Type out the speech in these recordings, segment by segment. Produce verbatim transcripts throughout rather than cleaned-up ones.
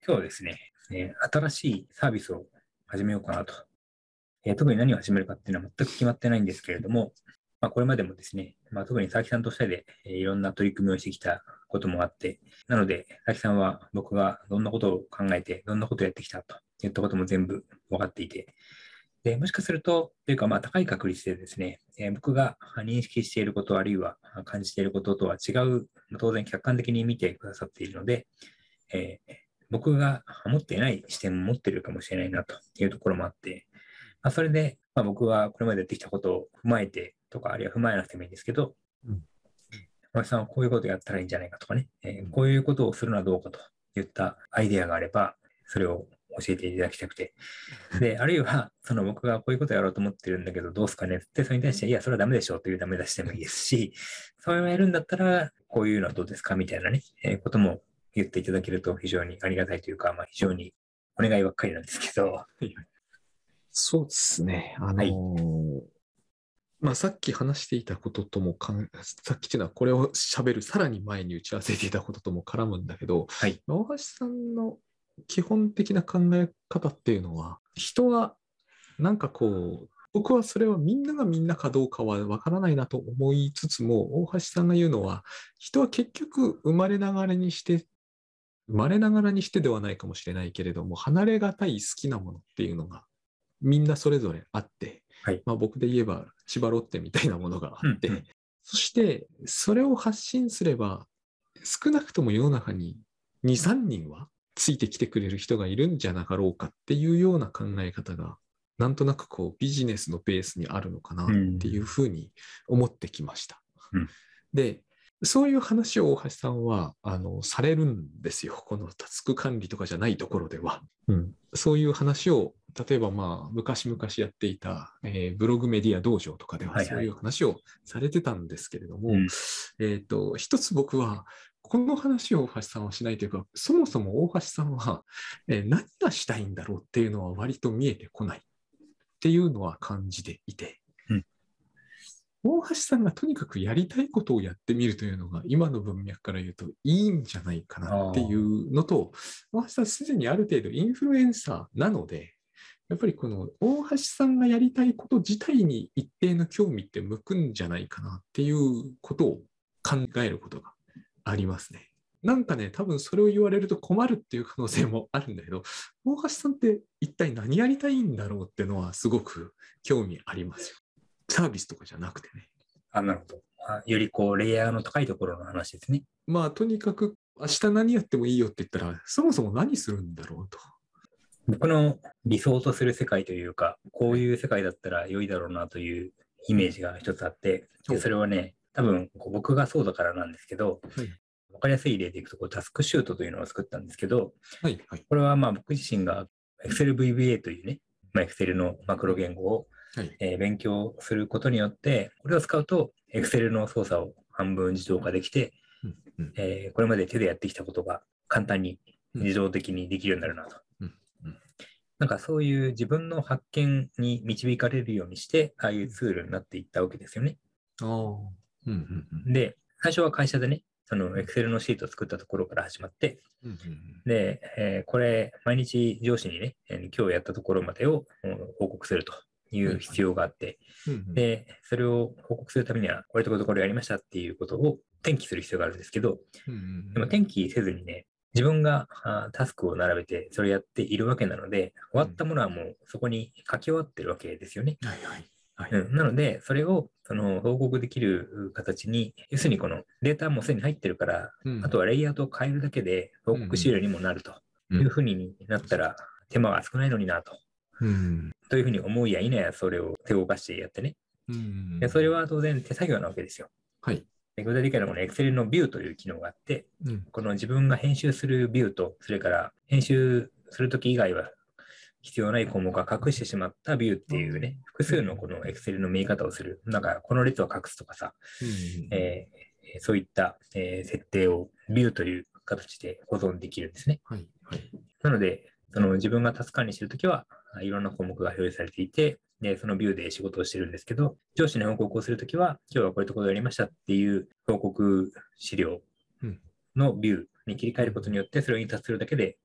今日はですね、えー新しいサービスを始めようかなと。えー特に何を始めるかっていうのは全く決まってないんですけれども、まあ、これまでもですね、まあ、特に佐々木さんとふたりで、えーいろんな取り組みをしてきたこともあって、なので、佐々木さんは僕がどんなことを考えて、どんなことをやってきたといったことも全部分かっていて、で、もしかすると、というか、まあ、高い確率でですね、えー僕が認識していること、あるいは感じていることとは違う、当然客観的に見てくださっているので、えー僕が持っていない視点も持っているかもしれないなというところもあって、まあ、それで、まあ、僕はこれまでやってきたことを踏まえてとか、あるいは踏まえなくてもいいんですけど、 うん小林さんはこういうことをやったらいいんじゃないかとかね、えーうんこういうことをするのはどうかといったアイデアがあれば、それを教えていただきたくて。で、あるいは、その僕がこういうことをやろうと思ってるんだけど、どうすかねって、それに対して、いや、それはダメでしょうというダメ出しでもいいですし、それをやるんだったら、こういうのはどうですかみたいなね、えーことも言っていただけると非常にありがたいというか、まあ非常にお願いばっかりなんですけど、はそうですね。あのい、 ーまあ、さっき話していたことともかん、さっきっていうのはこれを喋るさらに前に打ち合わせていたこととも絡むんだけど、 はい、 大橋さんの基本的な考え方っていうのは、人はなんかこう、僕はそれはみんながみんなかどうかはわからないなと思いつつも、大橋さんが言うのは、人は結局生まれながらにして、生まれながらにしてではないかもしれないけれども、離れがたい好きなものっていうのがみんなそれぞれあって、 はい、 まあ、僕で言えば千葉ロッテみたいなものがあうん、うって、 ん、 そしてそれを発信すれば、少なくとも世の中にに、さんにんはついてきてくれる人がいるんじゃなかろうかっていうような考え方が、なんとなくこうビジネスのベースにあるのかなうっていうん、 ふうに思ってきました。 うん、 で、そういう話を大橋さんは、あの、されるんですよ。このタスク管理とかじゃないところでは。うん、そういう話を、例えばまあ、昔々やっていた、えーブログメディア道場とかでははい、 そういうはい、 話をされてたんですけれども、 うん、 えっと、一つ僕は、この話を大橋さんはしないというか、そもそも大橋さんは、えー何がしたいんだろうっていうのは割と見えてこないっていうのは感じていて、 うん、 大橋さんがとにかくやりたいことをやってみるというのが今の文脈から言うといいんじゃないかなあっていあ、 うのと、大橋さんすでにある程度インフルエンサーなので、やっぱりこの大橋さんがやりたいこと自体に一定の興味って向くんじゃないかなっていうことを考えることがありますね。なんかね、多分それを言われると困るっていう可能性もあるんだけど、大橋さんって一体何やりたいんだろうっていうのはすごく興味ありますよ。サービスとかじゃなくてね。 あ、なるほど。あ、よりこう、レイヤーの高いところの話ですね。 まあ、とにかく明日何やってもいいよって言ったら、そもそも何するんだろうと。 僕の理想とする世界というか、こはい。 ういう世界だったら良いだろうなというイメージが一つあって、で、そおれはね、多分こう僕がそうだからなんですけど、 はい。 わかりやすい例でいくとこうタスクシュートというのを作ったんですけど、 はい。はい。 これはまあ僕自身が Excel ブイビーエー というね、まあ、Excel のマクロ言語を、 はい。 えー勉強することによって、これを使うと Excel の操作を半分自動化できて、 うん。うん。 えーこれまで手でやってきたことが簡単にうん。 自動的にできるようになるなと。 うん。うん。 なんかそういう自分の発見に導かれるようにして、ああいうツールになっていったわけですよね。 ああ。うん。うん。うん。 で、最初は会社でね、そのうん。 Excel のシートを作ったところから始まって、 うん。うん。 で、えーこれ、毎日上司にね、えー今日やったところまでをうん報告するといはい。はい。 う必要があって、 うん。うん。 で、それを報告するためには、これとこれとこれやりましたっていうことを転記する必要があるんですけど、 うん。うん。 でも転記せずにね、自分があタスクを並べてそれやっているわけなので、終わったものはもうそこに書き終わってるわけですよね。 はい。はい。はい。 うん、なので、それをその報告できる形に、要するにこのデータもすでに入ってるから、 うん。 あとはレイアウトを変えるだけで報うん。 告資料にもなるとうん。 いうふうになったら、手間が少ないのになと。 うん。 というふうに思うや否やそれを手を動かしてやってね。 うでそれん。 は当然手作業なわけですよ。 はい。 で具体的にはこの Excel のビューという機能があって、 うん。 この自分が編集するビューと、それから編集するとき以外は必要ない項目が隠してしまったビューっていうね、複数のこの Excel の見え方をする。なんか、この列は隠すとかさ、 うん。 えーそういった、えー設定をビューという形で保存できるんですね。 はい。はい。 なので、その自分がタスク管理しているときは、いろんな項目が表示されていて、で、そのビューで仕事をしてるんですけど、上司に報告をするときは、今日はこれとこれやりましたっていう報告資料うん。 のビューに切り替えることにうん。 よって、それを印刷するだけで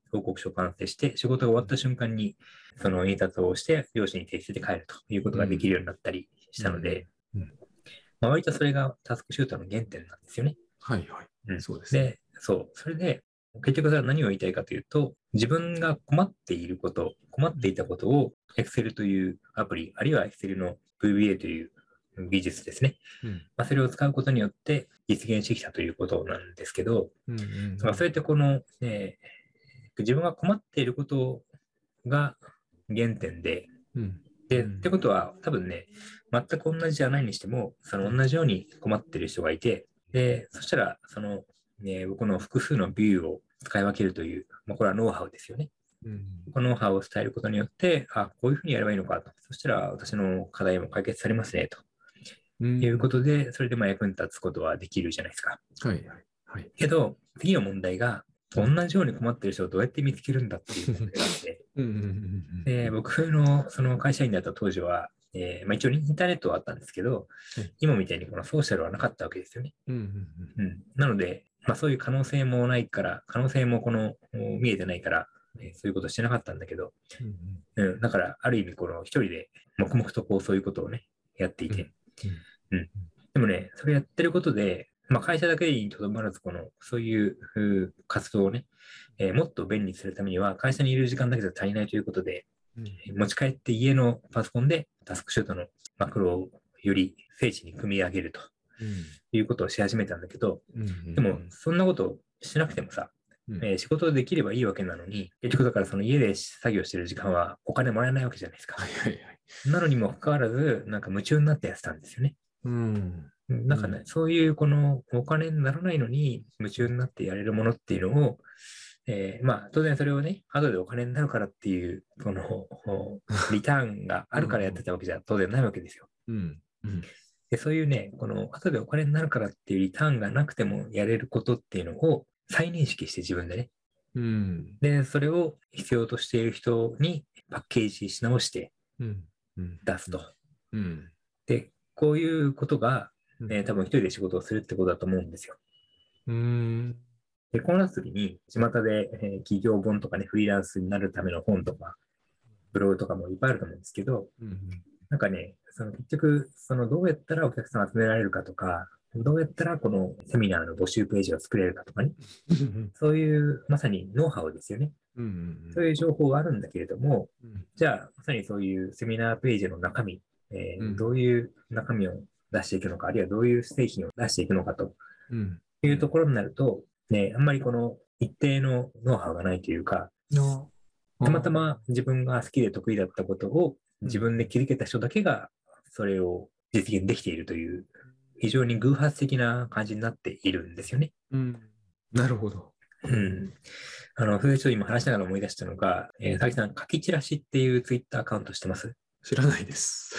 報告書を完成して、仕事が終わった瞬間に、その印刷をして、上司に提出して帰るということができるようになったりしたので、 うんうんまあ、割とそれがタスクシュートの原点なんですよね。 はいはい。 うん、 そうですね。 で、そう、それで、結局それは何を言いたいかというと、自分が困っていること、困っていたことを Excel というアプリ、あるいは Excel の ブイビーエー という技術ですね。 うんまあ、それを使うことによって実現してきたということなんですけど、 うんうんまあ、それってこの、えー自分が困っていることが原点で、 うんで、 うんってことは多分ね、全く同じじゃないにしても、その同じように困っている人がいて、で、そしたら、その、ね、僕の複数のビューを使い分けるという、まあ、これはノウハウですよね。 うんこのノウハウを伝えることによって、あ、こういうふうにやればいいのかと。そしたら私の課題も解決されますね、とうんいうことで、それでまあ役に立つことはできるじゃないですか。 はいはいはい。 けど、次の問題が、同じように困ってる人をどうやって見つけるんだっていう問題があって、 うんうんうんで僕のその会社員だった当時は、えーまあ、一応インターネットはあったんですけど、 はい今みたいにこのソーシャルはなかったわけですよね。 うんうんうん、なので、まあ、そういう可能性もないから、可能性もこの見えてないから、えーそういうことしてなかったんだけど、 うんうん、だからある意味この一人で黙々とこうそういうことをね、やっていて、 うんうんでもね、それやってることで、まあ、会社だけにとどまらず、このそういうう活動をね、えーもっと便利にするためには、会社にいる時間だけじゃ足りないということで、 うん持ち帰って家のパソコンでタスクシュートのマクロをより精緻に組み上げるとうんいうことをし始めたんだけど、 うんでもそんなことしなくてもさ、 うんえー仕事できればいいわけなのに、結局だからその家で作業してる時間はお金もらえないわけじゃないですか。 はいはいはい。 なのにもかかわらず、なんか夢中になってやってたんですよね。 うんなんかね、そういうこのお金にならないのに夢中になってやれるものっていうのを、えーまあ当然それをね、後でお金になるからっていう、このほリターンがあるからやってたわけじゃ当然ないわけですよ。 うんうんで、そういうね、この後でお金になるからっていうリターンがなくてもやれることっていうのを再認識して自分でね。 うんで、それを必要としている人にパッケージし直してうんうん出すと。 うんで、こういうことが、 うんえー多分一人で仕事をするってことだと思うんですよ。 うんで、こうなった時に、巷で、えー企業本とかね、フリーランスになるための本とか、ブログとかもいっぱいあると思うんですけど、 うんなんかね、その結局、そのどうやったらお客さんを集められるかとか、どうやったらこのセミナーの募集ページを作れるかとかね、そういうまさにノウハウですよね。 うんそういう情報があるんだけれども、 うんじゃあ、まさにそういうセミナーページの中身、えーうんどういう中身を出していくのか、あるいはどういう製品を出していくのかとうんいうところになると、ね、あんまりこの一定のノウハウがないというか、たまたま自分が好きで得意だったことを自分で気づけた人だけがそれを実現できているという、非常に偶発的な感じになっているんですよね。 うんなるほど。 うん。あの、それでちょっと今話しながら思い出したのが、えー、佐々木さん、書きチラシっていうツイッターアカウントしてます？ 知らないです。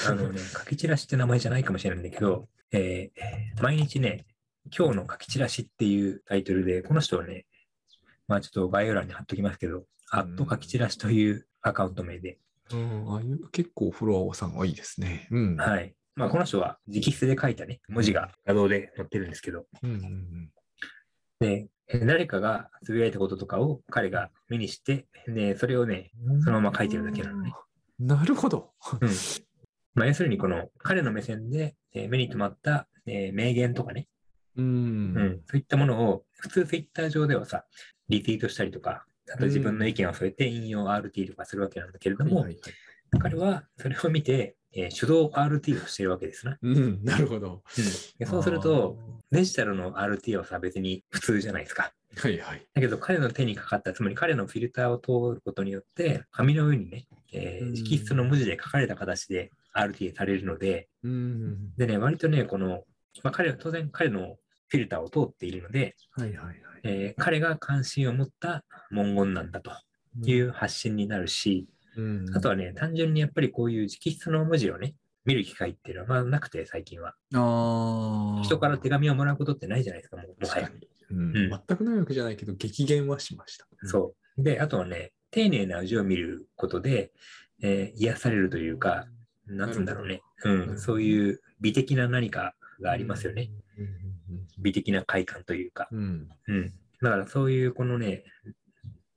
あのね、書きチラシって名前じゃないかもしれないんだけど、えー毎日ね、今日の書きチラシっていうタイトルで、この人はね、まあちょっと概要欄に貼っときますけど、アット書きチラシというアカウント名で、 うんああいう結構フォロワーさんはいいですね。うんはい。まあこの人は直筆で書いたね、文字が画像で載ってるんですけど、 うんうんで、誰かがつぶやいたこととかを彼が目にして、で、それをね、そのまま書いてるだけなのね。 なるほど。 うん。まあ、要するにこの彼の目線で、えー目に留まった、えー名言とかね、 うんうん、そういったものを、普通ツイッター上ではさ、リツイートしたりとか、あと自分の意見を添えて引用 アールティー とかするわけなんだけれども、 はいはいはい彼はそれを見て、えー手動 アールティー をしているわけですな。 うん、なるほど。 うん、でそうすると、デジタルの アールティー はさ、別に普通じゃないですか。 はいはい。 だけど彼の手にかかった、つまり彼のフィルターを通ることによって、紙の上にね、えーうん直筆の文字で書かれた形で アールティー されるので、 うん。 でね、割とね、この、まあ、彼は当然彼のフィルターを通っているので、 はいはいはい。 えー彼が関心を持った文言なんだという発信になるし、 うん、 あとはね、単純にやっぱりこういう直筆の文字をね、見る機会っていうのはまあなくて、最近は。 あ人から手紙をもらうことってないじゃないですか、もうもはや。 うんうん全くないわけじゃないけど、激減はしました。 そう。で、あとはね、丁寧な字を見ることで、えー癒されるというか、なんつうんだろうね。うん、そういう美的な何かがありますよね。 うん。うん美的な快感というか。 うん。 うん。だからそういうこのね、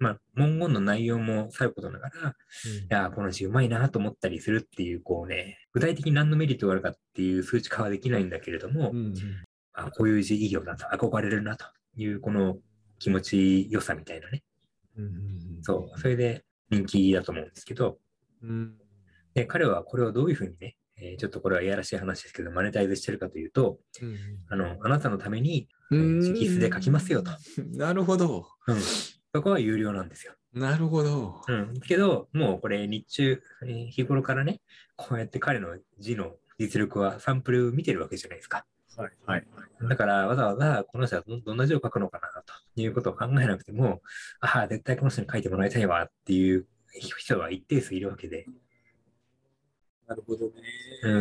まあ、文言の内容もさることながら、 うんいや、この字うまいなと思ったりするっていう、こうね、具体的に何のメリットがあるかっていう数値化はできないんだけれども、 うんうんあ、こういう字いいよなと、憧れるなという、この気持ちよさみたいなね。 うんうんそう、それで人気だと思うんですけど、 うんで、彼はこれをどういうふうにね、えーちょっとこれはいやらしい話ですけど、マネタイズしてるかというと、 うんあの、あなたのために、えうー直筆で書きますよと。 んなるほど。 うん。そこは有料なんですよ。 なるほど。 うん。けど、もうこれ日中、えー日頃からね、こうやって彼の字の実力はサンプル見てるわけじゃないですか。 はいはいだからわざわざこの人はどどんな字を書くのかなということを考えなくても、ああ、絶対この人に書いてもらいたいわっていう人は一定数いるわけで、 なるほどね。 うん。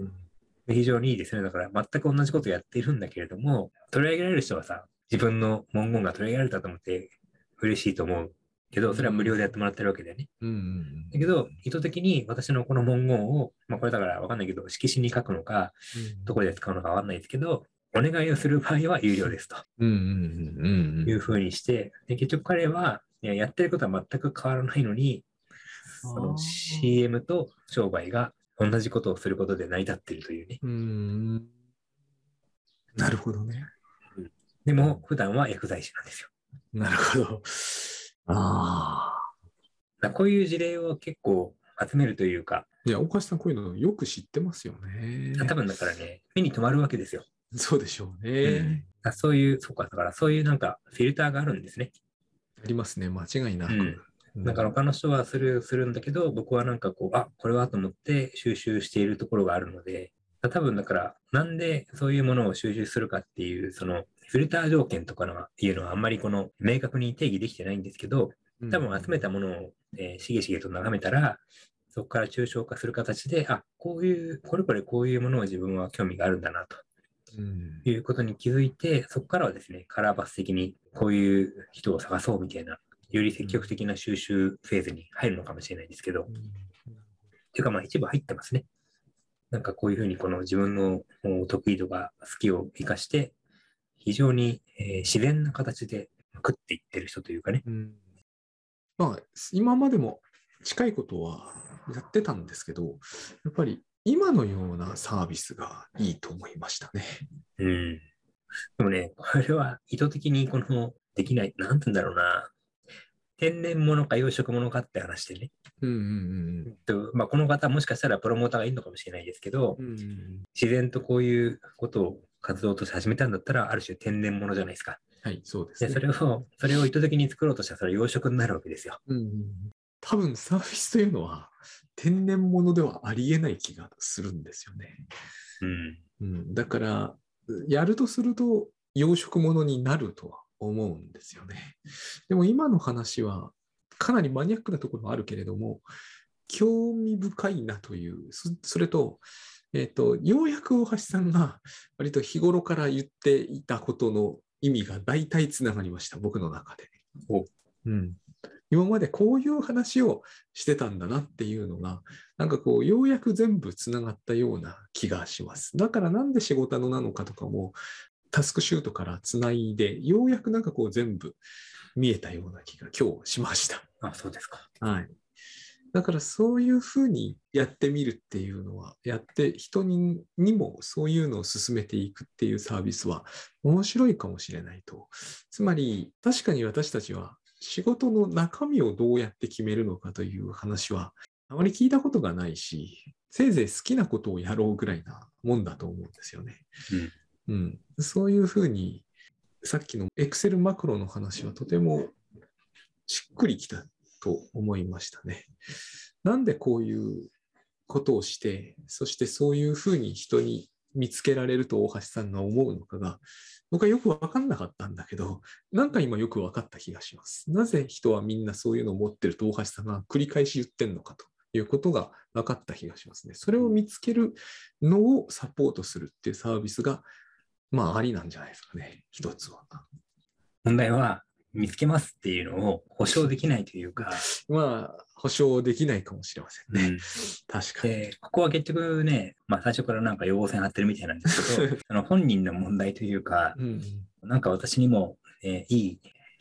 非常にいいですね。だから全く同じことをやっているんだけれども、取り上げられる人はさ、自分の文言が取り上げられたと思って嬉しいと思うけど、それは無料でやってもらってるわけだよね。 うんうんだけど、意図的に私のこの文言を、まあこれだからわかんないけど、色紙に書くのか、 うんどこで使うのかわかんないですけど、お願いをする場合は有料ですとうんうんうんうんいうふうにして、で結局彼は、いややってることは全く変わらないのに、その シーエム と商売が同じことをすることで成り立っているというね。 うんなるほどね。 でも、普段は薬剤師なんですよ。 なるほど。ああ。 だからこういう事例を結構集めるというか、 いや、大橋さん、こういうのよく知ってますよね。 多分だからね、目に留まるわけですよ。 そうでしょううんね。 あそういう、そうか、だからそういうなんかフィルターがあるんですね。 ありますね、間違いなく。 うんうんだから他の人はする、するんだけど、僕はなんかこう、あ、これはと思って収集しているところがあるので、多分だから、なんでそういうものを収集するかっていう、そのフィルター条件とかのはいうのはあんまりこの明確に定義できてないんですけど、多分集めたものを、えーしげしげと眺めたら、そこから抽象化する形で、あ、こういう、これこれこういうものを自分は興味があるんだなとうんいうことに気づいて、そこからはですね、カラーバス的にこういう人を探そうみたいな、より積極的な収集フェーズに入るのかもしれないですけど、 うんっていうかまあ一部入ってますね。なんかこういうふうにこの自分のお得意度が好きを生かして、非常に、えー自然な形で食っていってる人というかね。 うんまあ、今までも近いことはやってたんですけど、やっぱり今のようなサービスがいいと思いましたね。 うん。でもね、これは意図的にこのできない、なんて言うんだろうな。天然物か養殖物かって話でね。 うんうんとまあ、この方もしかしたらプロモーターがいるのかもしれないですけど、 うんうん自然とこういうことを活動として始めたんだったら、ある種天然物じゃないですか。 はい、そうですで、 ね。 それを、それを意図的に作ろうとしたら、それは養殖になるわけですよ。 うんうん多分サービスというのは天然物ではありえない気がするんですよね。 うん。 うん、だから、やるとすると養殖物になるとは思うんですよね。でも今の話はかなりマニアックなところはあるけれども、興味深いなという、そそれと、えっと、ようやく大橋さんが割と日頃から言っていたことの意味が大体つながりました、僕の中で。 おうん、今までこういう話をしてたんだなっていうのが、なんかこう、ようやく全部つながったような気がします。だからなんで仕事のなのかとかも、タスクシュートからつないで、ようやくなんかこう全部見えたような気が今日しました。 あ、そうですか。 はい。だからそういうふうにやってみるっていうのは、やって人ににもそういうのを進めていくっていうサービスは面白いかもしれないと。つまり確かに私たちは仕事の中身をどうやって決めるのかという話はあまり聞いたことがないし、せいぜい好きなことをやろうぐらいなもんだと思うんですよね。 うん。 うん、そういうふうにさっきの Excel マクロの話はとてもしっくりきたと思いましたね。なんでこういうことをして、そしてそういうふうに人に見つけられると大橋さんが思うのかが、僕はよく分かんなかったんだけど、なんか今よく分かった気がします。なぜ人はみんなそういうのを持ってると大橋さんが繰り返し言ってんのかということが分かった気がしますね。それを見つけるのをサポートするっていうサービスが、まあありなんじゃないですかね、一つは。 問題は、見つけますっていうのを保証できないというか、 まあ、保証できないかもしれませんね。 うん確かに。 で、ここは結局ね、まあ最初からなんか予防線張ってるみたいなんですけど、その本人の問題というか、 うんなんか私にも、えーいい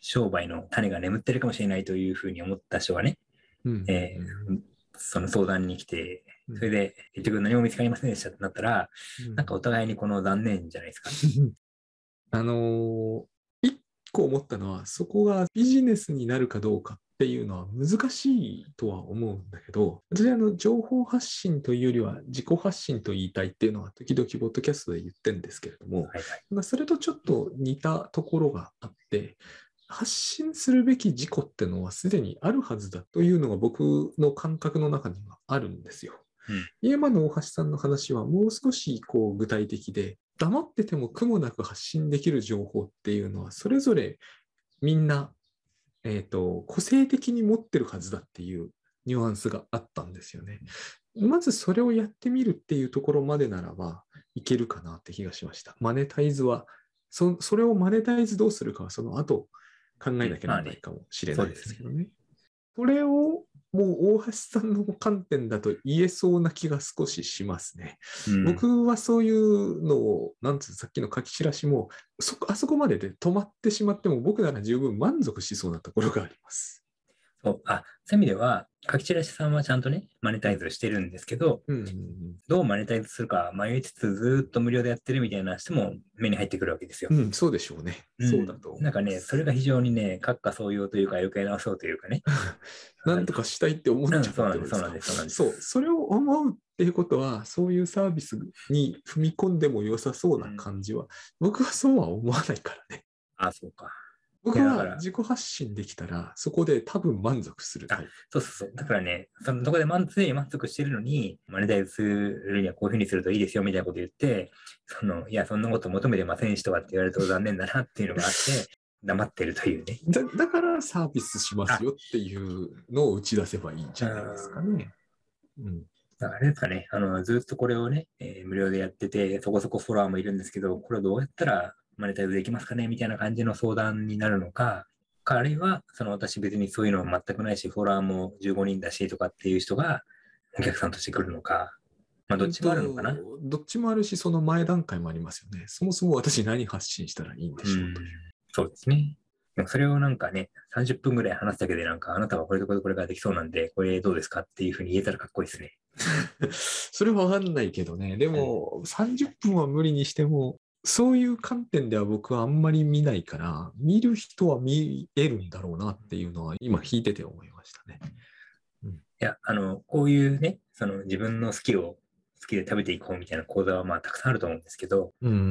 商売の種が眠ってるかもしれないというふうに思った人がね、 うんえーその相談に来て、 うんそれで結局何も見つかりませんでしたってなったら、 うんなんかお互いにこの残念じゃないですか。 あのー一個思ったのは、そこがビジネスになるかどうかっていうのは難しいとは思うんだけど、私はあの情報発信というよりは自己発信と言いたいっていうのは時々ポッドキャストで言ってるんですけれども、 はいはい。 まあそれとちょっと似たところがあって、発信するべき自己っていうのはすでにあるはずだというのが僕の感覚の中にはあるんですよ。 うん今の大橋さんの話はもう少しこう具体的で、黙ってても苦もなく発信できる情報っていうのは、それぞれみんな、えーと、個性的に持ってるはずだっていうニュアンスがあったんですよね。まずそれをやってみるっていうところまでならばいけるかなって気がしました。マネタイズは、そそれをマネタイズどうするかはその後考えなきゃならないかもしれないですけどね。それをもう大橋さんの観点だと言えそうな気が少ししますね。 うん、 僕はそういうのを、なんつうさっきの書きチラシもそ、あそこまでで止まってしまっても僕なら十分満足しそうなところがあります。 そうあそういう意味では、書きチラシさんはちゃんとね、マネタイズしてるんですけど、 うんうんうん、 どうマネタイズするか迷いつつ、ずっと無料でやってるみたいな人も目に入ってくるわけですよ。 うん、そうでしょうね。 うん、 そうだと思います。 なんかね、それが非常にね、閣下総用というか、余計なそうというかね。 なんとかしたいって思っちゃうってことですか。 そうなんです、そうなんです。 そう、それを思うっていうことは、そういうサービスに踏み込んでも良さそうな感じは、うん、僕はそうは思わないからね。 あ、そうか。 僕は自己発信できたら、そこで多分満足するタイプ。 そうそうそう。だからね、そのとこで満足満足してるのに、マネタイズするにはこういうふうにするといいですよみたいなこと言って、その、いや、そんなこと求めてませんしとかって言われると残念だなっていうのがあって、黙ってるというね。 だ, だからサービスしますよっていうのを打ち出せばいいんじゃないですかね。 うん。だからあれですかね、あの、ずっとこれをね、えー、無料でやってて、そこそこフォロワーもいるんですけど、これをどうやったらマネタイズできますかねみたいな感じの相談になるのか、あるいは、その私別にそういうのは全くないし、フォロワーもじゅうごにんだしとかっていう人がお客さんとして来るのか、まあどっちもあるのかな。 どっちもあるし、その前段階もありますよね。そもそも私何発信したらいいんでしょうという。うそうですね。それをなんかね、さんじゅっぷんぐらい話すだけでなんか、あなたはこれとこれとこれができそうなんで、これどうですかっていうふうに言えたらかっこいいですね。 それはわかんないけどね。でも、さんじゅっぷんは無理にしても、そういう観点では僕はあんまり見ないから、見る人は見えるんだろうなっていうのは今聞いてて思いましたね。 うん、いや、あの、こういうね、その自分の好きを好きで食べていこうみたいな講座はまあたくさんあると思うんですけど、 うんうんうん、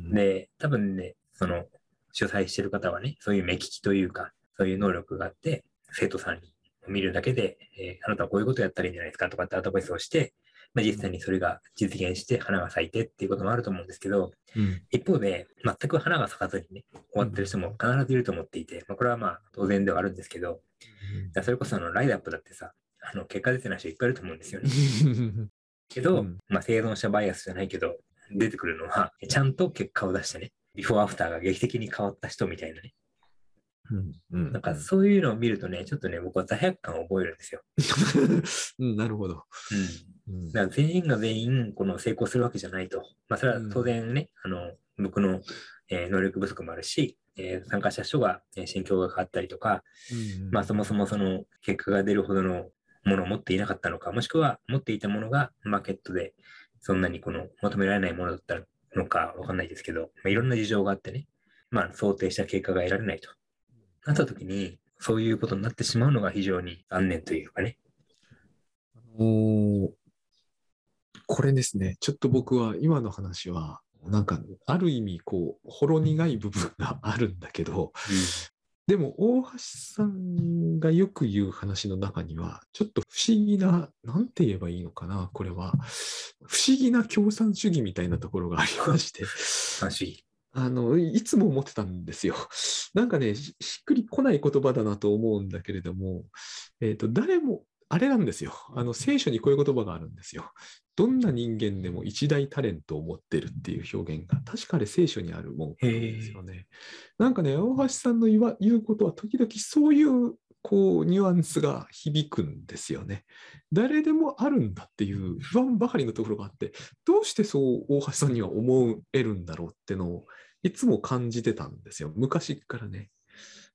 で、多分ね、その主催してる方はね、そういう目利きというか、そういう能力があって、生徒さんに見るだけで、えー、あなたはこういうことやったらいいんじゃないですかとかってアドバイスをして、まあ、実際にそれが実現して花が咲いてっていうこともあると思うんですけど、うん、一方で全く花が咲かずにね、終わってる人も必ずいると思っていて、まあ、これはまあ当然ではあるんですけど、うん、それこそあのライドアップだってさ、あの結果出てない人いっぱいいると思うんですよね。けど、うん、まあ生存者バイアスじゃないけど、出てくるのは、ちゃんと結果を出してね、ビフォーアフターが劇的に変わった人みたいなね。うんうん、なんかそういうのを見るとね、ちょっとね、僕は罪悪感を覚えるんですよ。 うん、なるほど。 うん、だから全員が全員この成功するわけじゃないと。まあ、それは当然ね、うん、あの僕の、えー、能力不足もあるし、えー、参加した人が、えー、心境が変わったりとか、うん、まあそもそもその結果が出るほどのものを持っていなかったのか、もしくは持っていたものがマーケットでそんなにこの求められないものだったのかわかんないですけど、まあ、いろんな事情があってね、まあ想定した結果が得られないと。なった時に、そういうことになってしまうのが非常に残念というかね。 おこれですね、ちょっと僕は今の話は、なんか、ある意味、こう、ほろ苦い部分があるんだけど、うん、でも、大橋さんがよく言う話の中には、ちょっと不思議な、なんて言えばいいのかな、これは、不思議な共産主義みたいなところがありまして、あの、いつも思ってたんですよ。なんかね、しっくりこない言葉だなと思うんだけれども、えっと、誰も、あれなんですよ。あの、聖書にこういう言葉があるんですよ。どんな人間でも一大タレントを持ってるっていう表現が、確かに聖書にあるもんなんですよね。なんかね、大橋さんの言わ言うことは、時々そういう、こう、ニュアンスが響くんですよね。誰でもあるんだっていう不安ばかりのところがあって、どうしてそう大橋さんには思えるんだろうってのを、いつも感じてたんですよ。昔からね。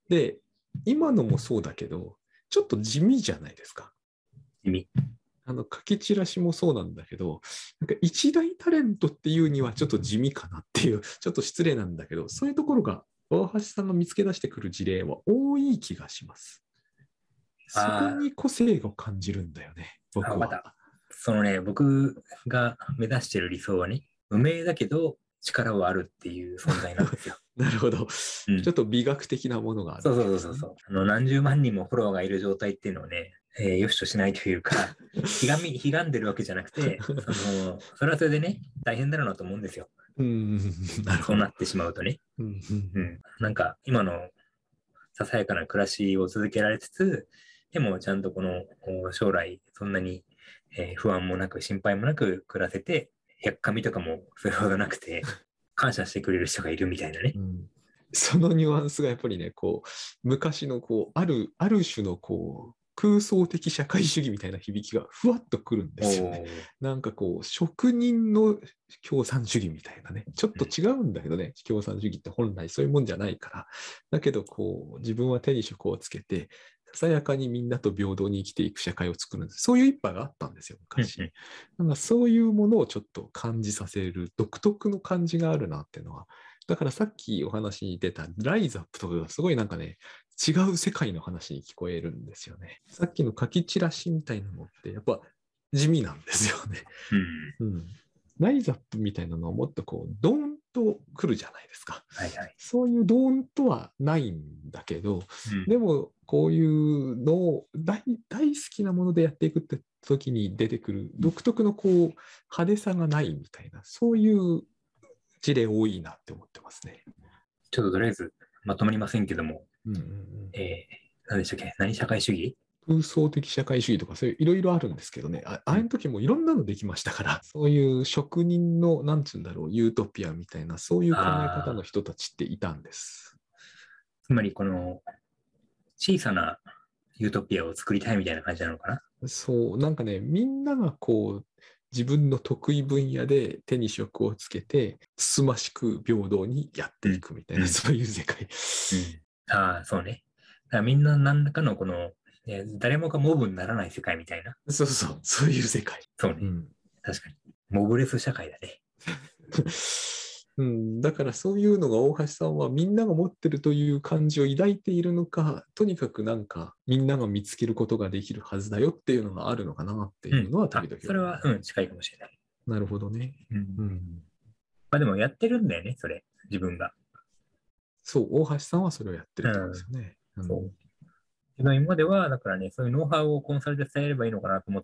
で、今のもそうだけど、ちょっと地味じゃないですか。 地味。 あの書きチラシもそうなんだけど、なんか一大タレントっていうにはちょっと地味かなっていう、ちょっと失礼なんだけど、そういうところが大橋さんが見つけ出してくる事例は多い気がします。そこに個性を感じるんだよね、僕は。 あ、そのね、僕が目指してる理想はね、無名だけど力はあるっていう存在なんですよ。 なるほど、 うん、 ちょっと美学的なものがある、 そうそうそうそう。あの何十万人もフォロワーがいる状態っていうのをね、えー、よしとしないというか、ひがみ、ひがんでるわけじゃなくて、その、それはそれでね、大変だろうなと思うんですよ。 うん、なるほど。 そうなってしまうとね。 うんうんうん。なんか、今のささやかな暮らしを続けられつつ、でもちゃんとこの将来、そんなに、えー不安もなく、心配もなく暮らせて、やっかみとかもそれほどなくて、感謝してくれる人がいるみたいなね。 うん、そのニュアンスがやっぱりね、こう、昔のこう、ある、ある種のこう、空想的社会主義みたいな響きがふわっとくるんですよね。なんかこう、職人の共産主義みたいなね、ちょっと違うんだけどね、共産主義って本来そういうもんじゃないから。だけど、こう、自分は手に職をつけて、ささやかにみんなと平等に生きていく社会を作るんです。そういう一派があったんですよ、昔。なんかそういうものをちょっと感じさせる独特の感じがあるなっていうのは、だからさっきお話に出たライズアップとかがすごいなんかね、違う世界の話に聞こえるんですよね。さっきの書きチラシみたいなのってやっぱ地味なんですよね。 うん。 うん。ライズアップみたいなのはもっとこう、ドーンと来るじゃないですか。 はいはい。 そういうドーンとはないんだけど、 うん。 でもこういうのを大大好きなものでやっていくって時に出てくる独特のこう派手さがないみたいな、そういう事例多いなって思ってますね。 ちょっととりあえずまとまりませんけども、 うんうんうん、 えー、何でしたっけ、何社会主義。 空想的社会主義とかそういういろいろあるんですけどね、ああいう時もいろんなのできましたから、そういう職人の、なんつうんだろう、ユートピアみたいな、そういう考え方の人たちっていたんです。 つまりこの小さなユートピアを作りたいみたいな感じなのかな。 そう、なんかね、みんながこう、自分の得意分野で手に職をつけて、つつましく平等にやっていくみたいな、 うん、 そういう世界。 うん。ああ、そうね。だからみんな何らかのこの、えー誰もがモブにならない世界みたいな。 そうそう、そういう世界。 そうね。 うん。 確かに。モブレス社会だね。 うん、だからそういうのが大橋さんはみんなが持ってるという感じを抱いているのか、とにかくなんかみんなが見つけることができるはずだよっていうのがあるのかなってうん。 いうのはあ、 時々 それは、うん、近いかもしれない。 なるほどね。 うん。 うん、 まあでもやってるんだよね、それ。自分が。 そう、大橋さんはそれをやってるってことでうん。 すよね。うん、 そう。自分今までは、だからね、そういうノウハウをコンサルで伝えればいいのかなと思って、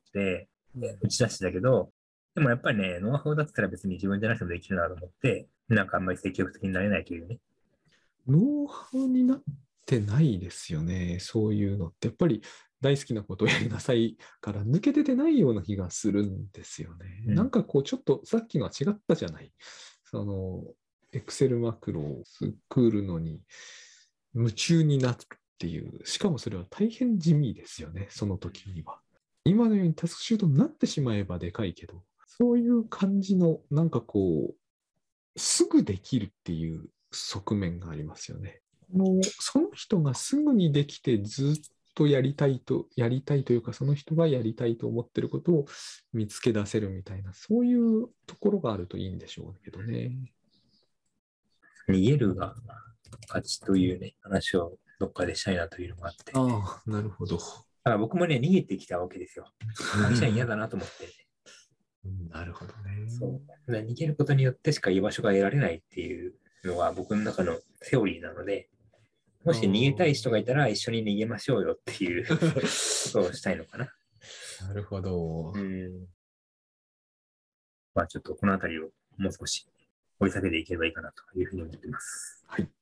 うん、 打ち出してたけど、でもやっぱりね、ノウハウだったら別に自分じゃなくてもできるなと思って、なんかあんまり積極的になれないというね。 ノウハウになってないですよね。そういうのって。やっぱり大好きなことをやりなさいから抜け出てないような気がするんですよね。 うん。 なんかこう、ちょっとさっきのは違ったじゃない。その、Excel マクロを作るのに夢中になるっていう。しかもそれは大変地味ですよね。その時には。今のようにタスクシュートになってしまえばでかいけど、そういう感じの、なんかこう、すぐできるっていう側面がありますよね。このその人がすぐにできてずっとやりたいと、やりたいというか、その人がやりたいと思ってることを見つけ出せるみたいな、そういうところがあるといいんでしょうけどね。 逃げるが勝ちというね、話をどっかでしたいなというのがあって。 ああ、なるほど。 だから僕もね、逃げてきたわけですよ。会社員嫌だなと思って、ね。 なるほどね。 そう。逃げることによってしか居場所が得られないっていうのが僕の中のセオリーなので、もし逃げたい人がいたら一緒に逃げましょうよっていうことをしたいのかな。 なるほど。 うん。まあちょっとこのあたりをもう少し掘り下げていければいいかなというふうに思っています。 はい。